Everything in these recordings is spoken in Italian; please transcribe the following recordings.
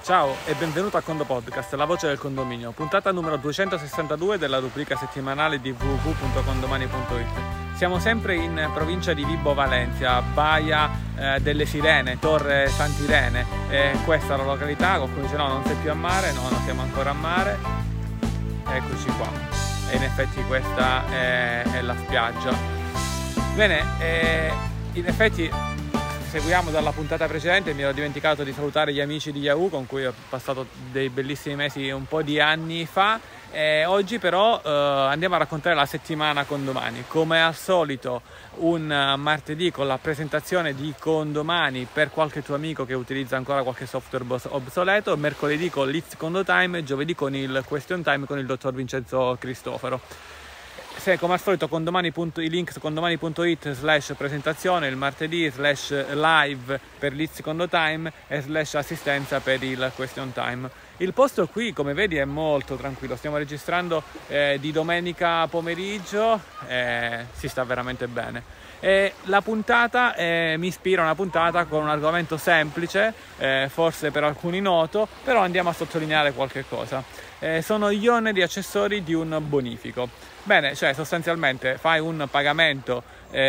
Ciao e benvenuto a Condo Podcast, la voce del condominio, puntata numero 262 della rubrica settimanale di www.condomani.it. Siamo sempre in provincia di Vibo Valentia, Baia delle Sirene, Torre Sant'Irene. Questa è la località. Qualcuno dice no, non sei più a mare. No, non siamo ancora a mare. Eccoci qua. E in effetti questa è la spiaggia. Bene, in effetti seguiamo dalla puntata precedente. Mi ero dimenticato di salutare gli amici di Yahoo con cui ho passato dei bellissimi mesi un po' di anni fa. Oggi però andiamo a raccontare la settimana Condomani. Come al solito un martedì con la presentazione di Condomani per qualche tuo amico che utilizza ancora qualche software obsoleto, mercoledì con l'It's Condo Time, giovedì con il Question Time con il dottor Vincenzo Cristoforo. Se come al solito i link su condomani.it/presentazione, il martedì /live per l'It's Condo Time e /assistenza per il Question Time. Il posto qui, come vedi, è molto tranquillo. Stiamo registrando di domenica pomeriggio, si sta veramente bene. La puntata mi ispira a una puntata con un argomento semplice, forse per alcuni noto, però andiamo a sottolineare qualche cosa. Sono gli oneri accessori di un bonifico. Bene, cioè sostanzialmente fai un pagamento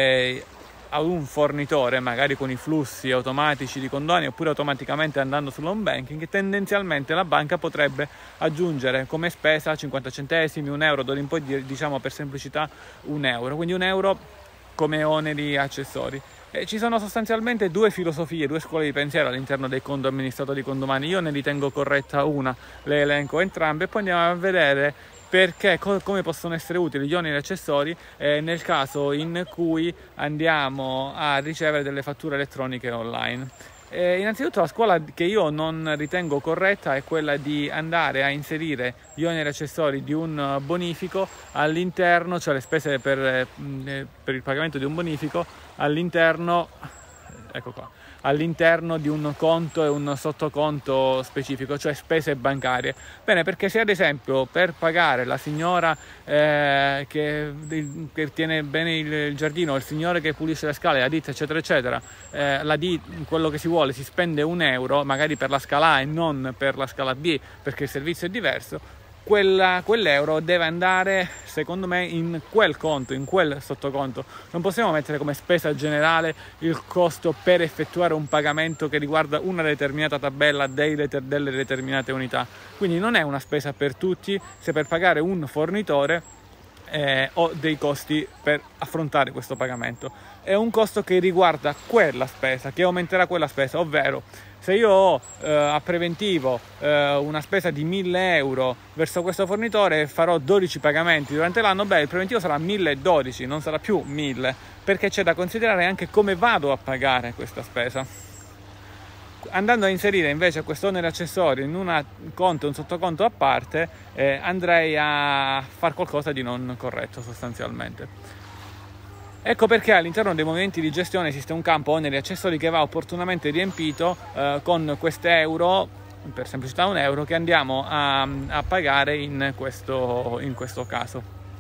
a un fornitore, magari con i flussi automatici di condoni oppure automaticamente andando sull'home banking, tendenzialmente la banca potrebbe aggiungere come spesa 50 centesimi, €1, d'ora in poi diciamo per semplicità €1, quindi €1 come oneri accessori. Ci sono sostanzialmente due filosofie, due scuole di pensiero all'interno dei condo amministratori condomani. Io ne ritengo corretta una, le elenco entrambe e poi andiamo a vedere perché, come possono essere utili gli oneri accessori nel caso in cui andiamo a ricevere delle fatture elettroniche online. Innanzitutto la scuola che io non ritengo corretta è quella di andare a inserire gli oneri accessori di un bonifico all'interno, cioè le spese per il pagamento di un bonifico all'interno, ecco qua, all'interno di un conto e un sottoconto specifico, cioè spese bancarie. Bene, perché se ad esempio per pagare la signora che tiene bene il giardino, il signore che pulisce le scale, la ditta eccetera eccetera, quello che si vuole, si spende €1 magari per la scala A e non per la scala B perché il servizio è diverso, quell'euro deve andare secondo me in quel conto, in quel sottoconto. Non possiamo mettere come spesa generale il costo per effettuare un pagamento che riguarda una determinata tabella delle determinate unità. Quindi non è una spesa per tutti se per pagare un fornitore ho dei costi per affrontare questo pagamento. È un costo che riguarda quella spesa, che aumenterà quella spesa, ovvero se io ho a preventivo una spesa di €1.000 verso questo fornitore e farò 12 pagamenti durante l'anno, il preventivo sarà 1.012, non sarà più 1.000, perché c'è da considerare anche come vado a pagare questa spesa. Andando a inserire invece questo onere accessorio in un conto e un sottoconto a parte, andrei a fare qualcosa di non corretto sostanzialmente. Ecco perché all'interno dei movimenti di gestione esiste un campo oneri accessori che va opportunamente riempito con queste euro, per semplicità €1, che andiamo a pagare in questo caso.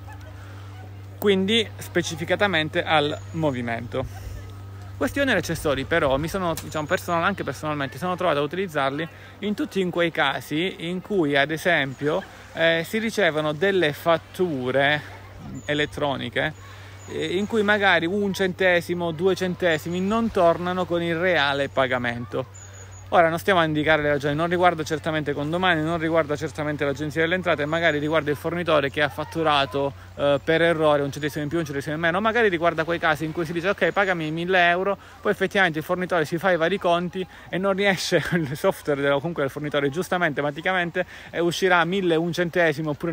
Quindi specificatamente al movimento. Questi oneri accessori però anche personalmente sono trovato a utilizzarli in quei casi in cui ad esempio si ricevono delle fatture elettroniche in cui magari 1 centesimo, 2 centesimi non tornano con il reale pagamento. Ora non stiamo a indicare le ragioni, non riguarda certamente Condomani, non riguarda certamente l'Agenzia delle Entrate, magari riguarda il fornitore che ha fatturato per errore 1 centesimo in più, 1 centesimo in meno, magari riguarda quei casi in cui si dice ok, pagami €1.000, poi effettivamente il fornitore si fa i vari conti e non riesce, il software comunque del fornitore giustamente, matematicamente, uscirà 1.001 centesimo oppure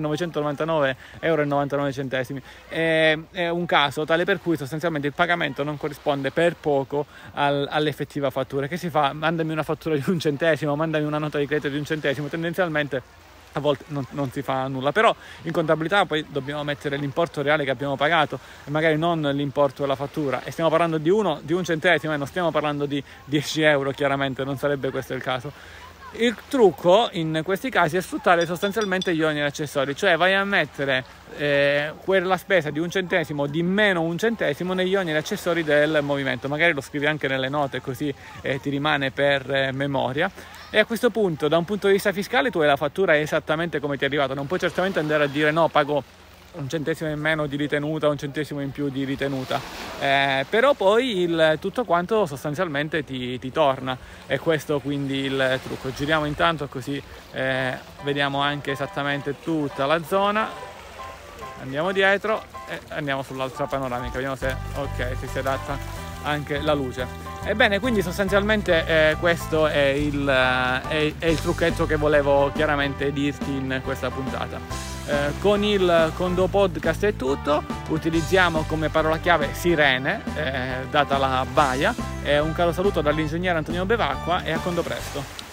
€999,99. È un caso tale per cui sostanzialmente il pagamento non corrisponde per poco all'effettiva fattura. Che si fa? Mandami una fattura di 1 centesimo, mandami una nota di credito di 1 centesimo, tendenzialmente a volte non si fa nulla, però in contabilità poi dobbiamo mettere l'importo reale che abbiamo pagato e magari non l'importo della fattura, e stiamo parlando di un centesimo e non stiamo parlando di €10, chiaramente non sarebbe questo il caso. Il trucco in questi casi è sfruttare sostanzialmente gli oneri accessori, cioè vai a mettere quella spesa di 1 centesimo di meno 1 centesimo negli oneri accessori del movimento, magari lo scrivi anche nelle note così ti rimane per memoria, E a questo punto, da un punto di vista fiscale, tu hai la fattura esattamente come ti è arrivata, non puoi certamente andare a dire no, pago un centesimo in meno di ritenuta, un centesimo in più di ritenuta, però poi tutto quanto sostanzialmente ti torna, e questo quindi il trucco. Giriamo intanto così vediamo anche esattamente tutta la zona, andiamo dietro e andiamo sull'altra panoramica, vediamo se si è adatta anche la luce. Ebbene, quindi sostanzialmente questo è il trucchetto che volevo chiaramente dirti in questa puntata. Con il Condo Podcast è tutto, utilizziamo come parola chiave sirene, data la baia, un caro saluto dall'ingegnere Antonio Bevacqua e a Condo presto.